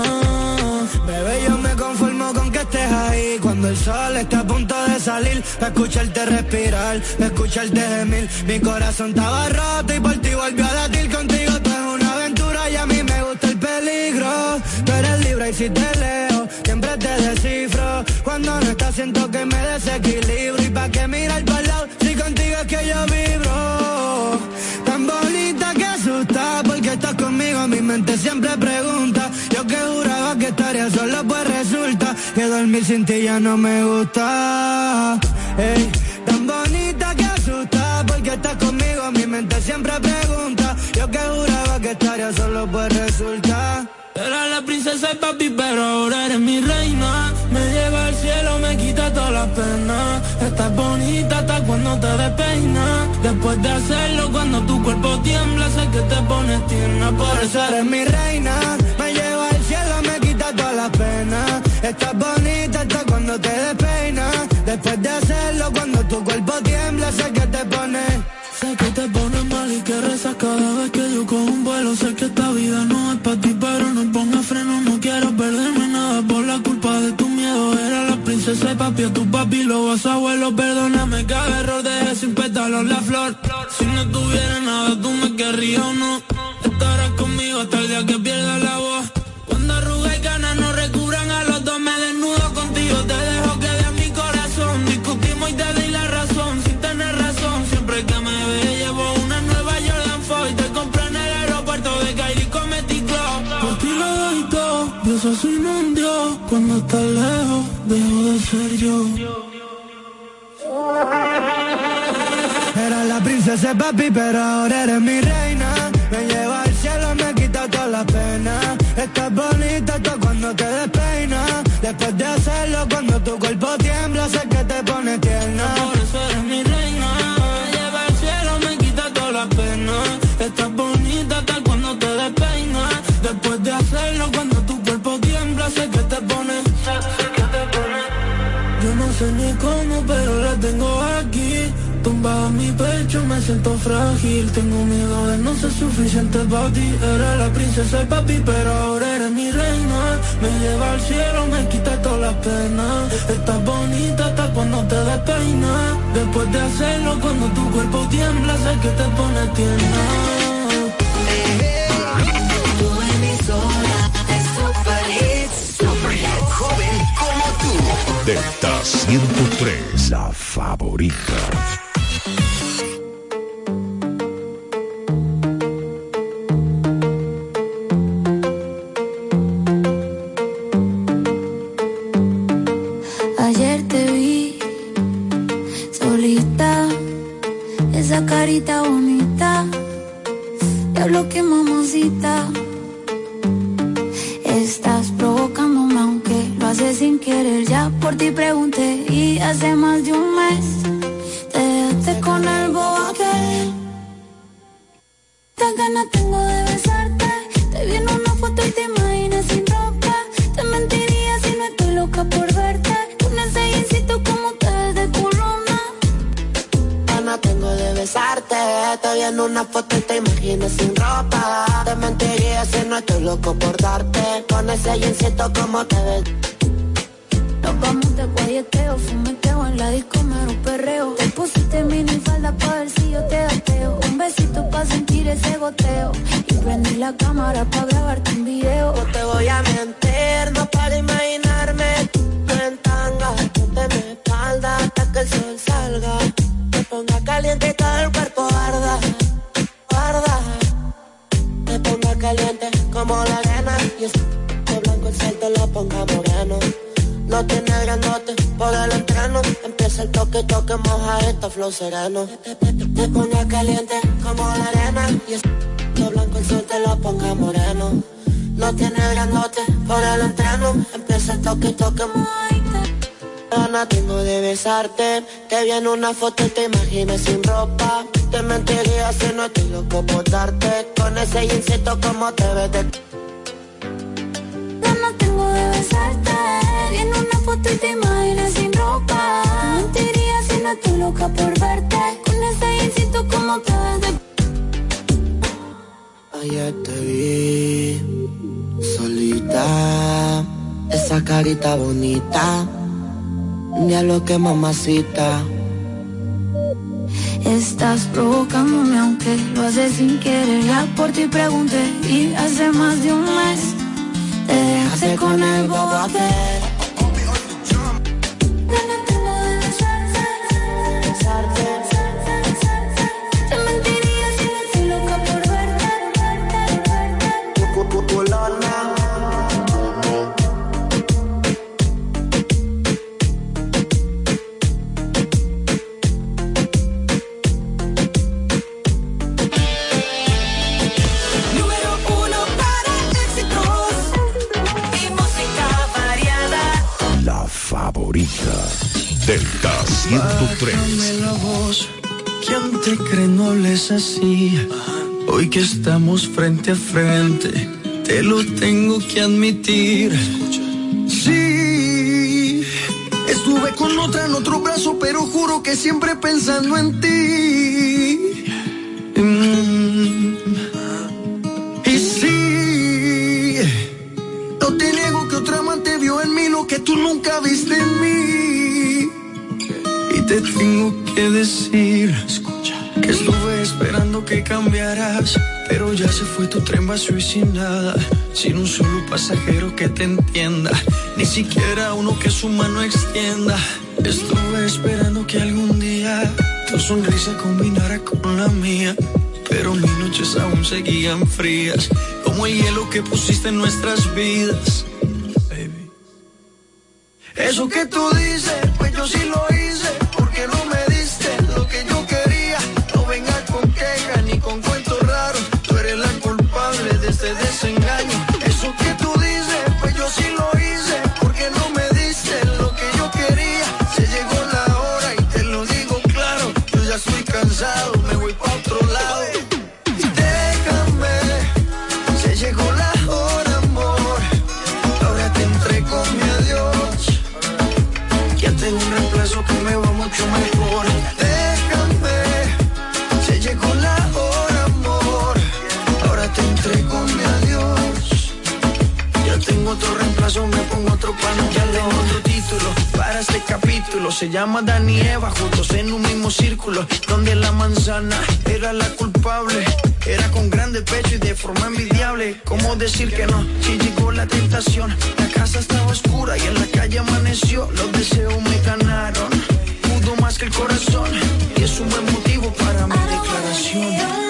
Bebé, yo me conformo con que estés ahí. Cuando el sol está a punto de salir, para escucharte respirar, para escucharte gemir. Mi corazón estaba roto y por ti volvió a latir. Contigo esto es una aventura y a mí me gusta el peligro. Tú eres libre y si te leo, siempre te descifro. Cuando no estás siento que me desequilibro. Y pa' que mirar para el lado, si contigo es que yo vibro. Tan bonita que asusta, porque estás conmigo, mi mente siempre pregunta. Yo que juraba que estaría solo, pues resulta que dormir sin ti ya no me gusta. Ey, tan bonita que asusta, porque estás conmigo, mi mente siempre pregunta. Yo que juraba que estaría solo, pues resulta. Era la princesa y papi, pero ahora eres mi reina. Me lleva al cielo, me quita todas las penas. Estás bonita hasta cuando te despeinas. Después de hacerlo, cuando tu cuerpo tiembla, sé que te pones tierna. Por eso eres mi reina. Me lleva al cielo, me quita todas las penas. Estás bonita hasta cuando te despeinas. Después de hacerlo, cuando tu cuerpo tiembla, sé que te pones. Sé que te pones mal y que rezas cada vez que yo cojo un vuelo. Sé que esta vida no es para ti, pero no pongas freno. No quiero perderme nada por la culpa de tu miedo. Era la princesa y papi, a tu papi, los abuelos. Perdóname cada error, dejé sin pétalos la flor. Si no tuviera nada, tú me querrías o no. Estarás conmigo hasta el día que pierda la voz. Cuando arruga y ganas no recubran a los dos. Me desnudo contigo, te dejo que de mi corazón. Discutimos y te doy la razón, sin tener razón. Siempre que me ve llevo una nueva Jordan 4 y te compré en el aeropuerto de Kylie Cometí Club. Por ti lo doy todo, Dios azul me hundió. Cuando estás lejos, dejo de ser yo. Era la princesa papi, pero ahora eres mi reina. Me lleva al cielo, me quita todas las penas. Estás bonita hasta cuando te despeinas. Después de hacerlo, cuando tu cuerpo tiembla, sé que te pones tierna. Por eso eres mi reina. Me lleva al cielo, me quita todas las penas. Estás bonita hasta cuando te despeinas. Después de hacerlo, cuando tu cuerpo tiembla, sé que te pones. Sé que te me siento frágil. Tengo miedo de no ser suficiente para ti. Eres la princesa y papi, pero ahora eres mi reina. Me lleva al cielo, me quita todas las penas. Estás bonita hasta cuando te despeinas. Después de hacerlo, cuando tu cuerpo tiembla, sé que te pone tierna. Tu emisora es Super Hits. Super Hits. Joven como tú. Delta 103, la favorita. Ayer te vi solita, esa carita bonita, diablo que mamacita. Estás provocándome aunque lo haces sin querer. Ya por ti pregunté y hace más de un mes te dejaste con el bobo aquel. Tan ganas tengo de besarte. Te vi en una foto y te imaginas sin ropa. Te mentiría si no estoy loca por verte. Con ese jeansito como te ves de culona. Ganas tengo de besarte. Te vi en una foto y te imaginas sin ropa. Te mentiría si no estoy loco por darte. Con ese jeansito como te ves. Nos vamos de guayeteo, fumeteo en la disco, mero perreo. Te pusiste mini falda pa' ver si yo te gateo. Un besito pa' sentir ese goteo. Y prendí la cámara pa' grabarte un video. No te voy a mentir, no para imaginarme tú en tanga. Ponte mi espalda hasta que el sol salga. Me ponga caliente y todo el cuerpo arda, arda. Me ponga caliente como la arena. Y es blanco el sol te lo ponga moreno. No tiene grandote por el entreno. Empieza el toque, toque, moja esta flow sereno. Te ponga caliente como la arena. Y es blanco el sol te lo ponga moreno. No tiene grandote por el entreno. Empieza el toque, toque, Ana, tengo de besarte. Te vi en una foto y te imaginas sin ropa. Te mentiría si no estoy loco por darte. Con ese jeansito como te ves de... Ganas tengo de besarte. Vi en una foto y te imaginas sin ropa. Te mentiría si no estoy loca por verte. Con ese jeansito como te ves de... Ayer te vi solita, esa carita bonita, diablo que mamacita. Estás provocándome aunque lo haces sin querer. Ya por ti pregunté y hace más de un mes te dejaste con el bobo aquel. Te mentiría si no estoy loca por verte. Número 1 para éxitos y música variada. La favorita. Delta 103. Bájame la voz, ¿quién te cree no les así? Hoy que estamos frente a frente, te lo tengo que admitir. Sí, estuve con otra en otro brazo, pero juro que siempre pensando en ti. Y sí, no te niego que otra amante vio en mí lo que tú nunca viste en mí. Y te tengo que decir, escucha, que estuve esperando que cambiaras, pero ya se fue tu tren vacío y sin nada, sin un solo pasajero que te entienda, ni siquiera uno que su mano extienda. Estuve esperando que algún día tu sonrisa combinara con la mía, pero mis noches aún seguían frías, como el hielo que pusiste en nuestras vidas. Baby. Eso que tú dices, pues yo sí lo hice, porque no me diste lo que yo quería. No vengas con quejas ni con cuentos raros, tú eres la culpable de este desengaño. Eso que tú dices, pues yo sí lo hice, porque no me diste lo que yo quería. Se llegó la hora y te lo digo claro, yo ya estoy cansado, me voy pa' otro lado. Déjame, se llegó la hora, amor, ahora te entrego mi adiós. Ya tengo un reemplazo que me capítulo. Se llama Dan y Eva, juntos en un mismo círculo, donde la manzana era la culpable. Era con grande pecho y de forma envidiable. ¿Cómo decir que no? Si llegó la tentación. La casa estaba oscura y en la calle amaneció. Los deseos me ganaron, pudo más que el corazón. Y es un buen motivo para mi declaración.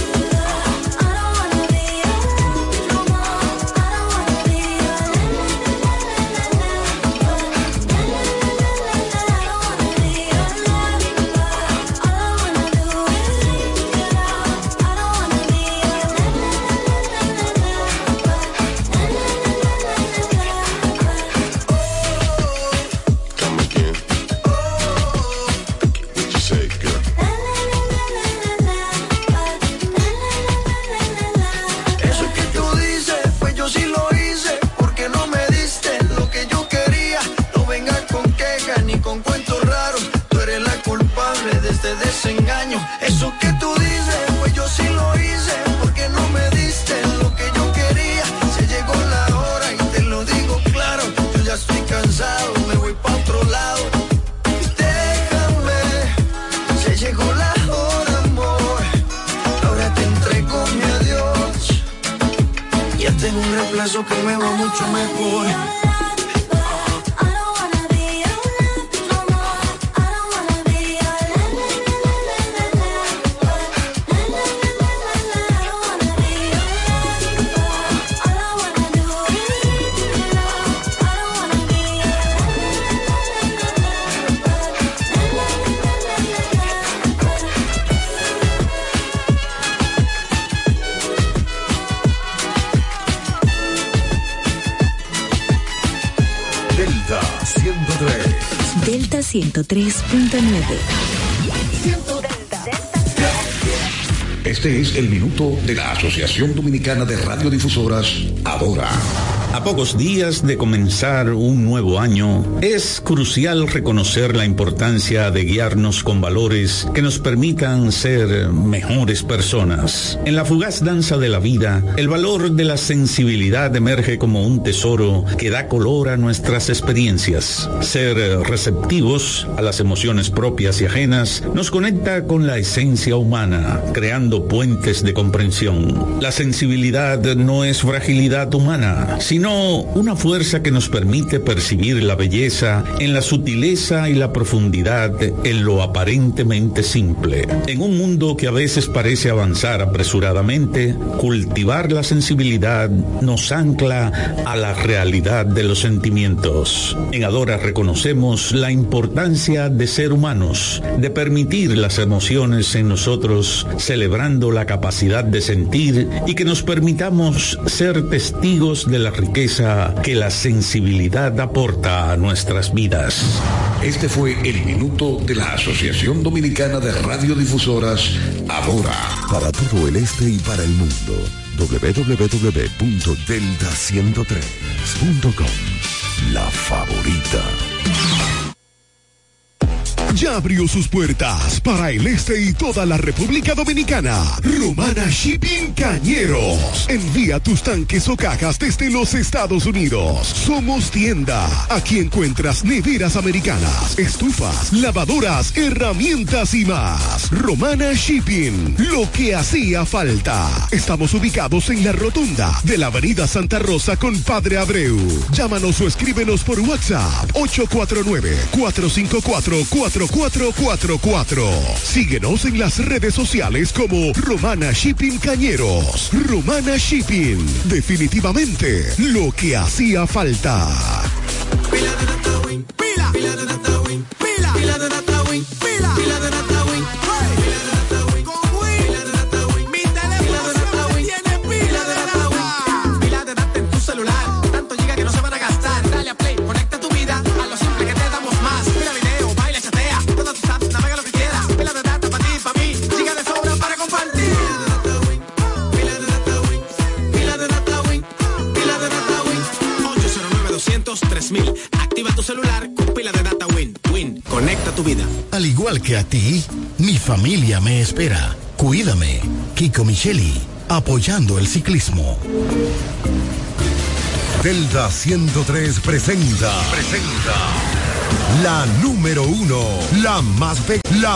Desengaño, eso que tú dices, pues yo sí lo hice, porque no me diste lo que yo quería. Se llegó la hora y te lo digo claro, yo ya estoy cansado, me voy pa' otro lado. Déjame, se llegó la hora, amor, ahora te entrego mi adiós. Ya tengo un reemplazo que me va mucho mejor. Delta 103.9. Este es el minuto de la Asociación Dominicana de Radiodifusoras, Adora. A pocos días de comenzar un nuevo año, es crucial reconocer la importancia de guiarnos con valores que nos permitan ser mejores personas. En la fugaz danza de la vida, el valor de la sensibilidad emerge como un tesoro que da color a nuestras experiencias. Ser receptivos a las emociones propias y ajenas nos conecta con la esencia humana, creando puentes de comprensión. La sensibilidad no es fragilidad humana, sino una fuerza que nos permite percibir la belleza en la sutileza y la profundidad en lo aparentemente simple. En un mundo que a veces parece avanzar apresuradamente, cultivar la sensibilidad nos ancla a la realidad de los sentimientos. En Adora reconocemos la importancia de ser humanos, de permitir las emociones en nosotros, celebrando la capacidad de sentir y que nos permitamos ser testigos de la riqueza que la sensibilidad aporta a nuestras vidas. Este fue el minuto de la Asociación Dominicana de Radiodifusoras, Adora. Para todo el este y para el mundo, www.delta103.com. La favorita. Ya abrió sus puertas para el este y toda la República Dominicana. Romana Shipping Cañeros. Envía tus tanques o cajas desde los Estados Unidos. Somos tienda. Aquí encuentras neveras americanas, estufas, lavadoras, herramientas y más. Romana Shipping. Lo que hacía falta. Estamos ubicados en la rotunda de la Avenida Santa Rosa con Padre Abreu. Llámanos o escríbenos por WhatsApp 849-454-4444. Síguenos en las redes sociales como Romana Shipping Cañeros. Romana Shipping, definitivamente lo que hacía falta. Pila de Data Win, pila de Data Win, pila de Data Win, pila de Data Win, pila de Data Win, con Win, pila de Data Win, mi teléfono tiene pila de Data Win, pila de Data en tu celular, tanto giga que no se van a gastar. Dale a play, conecta tu vida a lo simple que te damos más. Mira video, baila, chatea, todas tus apps, navega lo que quieras. Pila de Data para ti, para mí, giga de sobra para compartir. Pila de Data Win, pila de Data Win, pila de Data Win, 809-200-3000. Activa tu celular con pila de Data Win. Win, conecta tu vida. Al igual que a ti, mi familia me espera. Cuídame. Kiko Micheli, apoyando el ciclismo. Delta 103 presenta La número 1, la más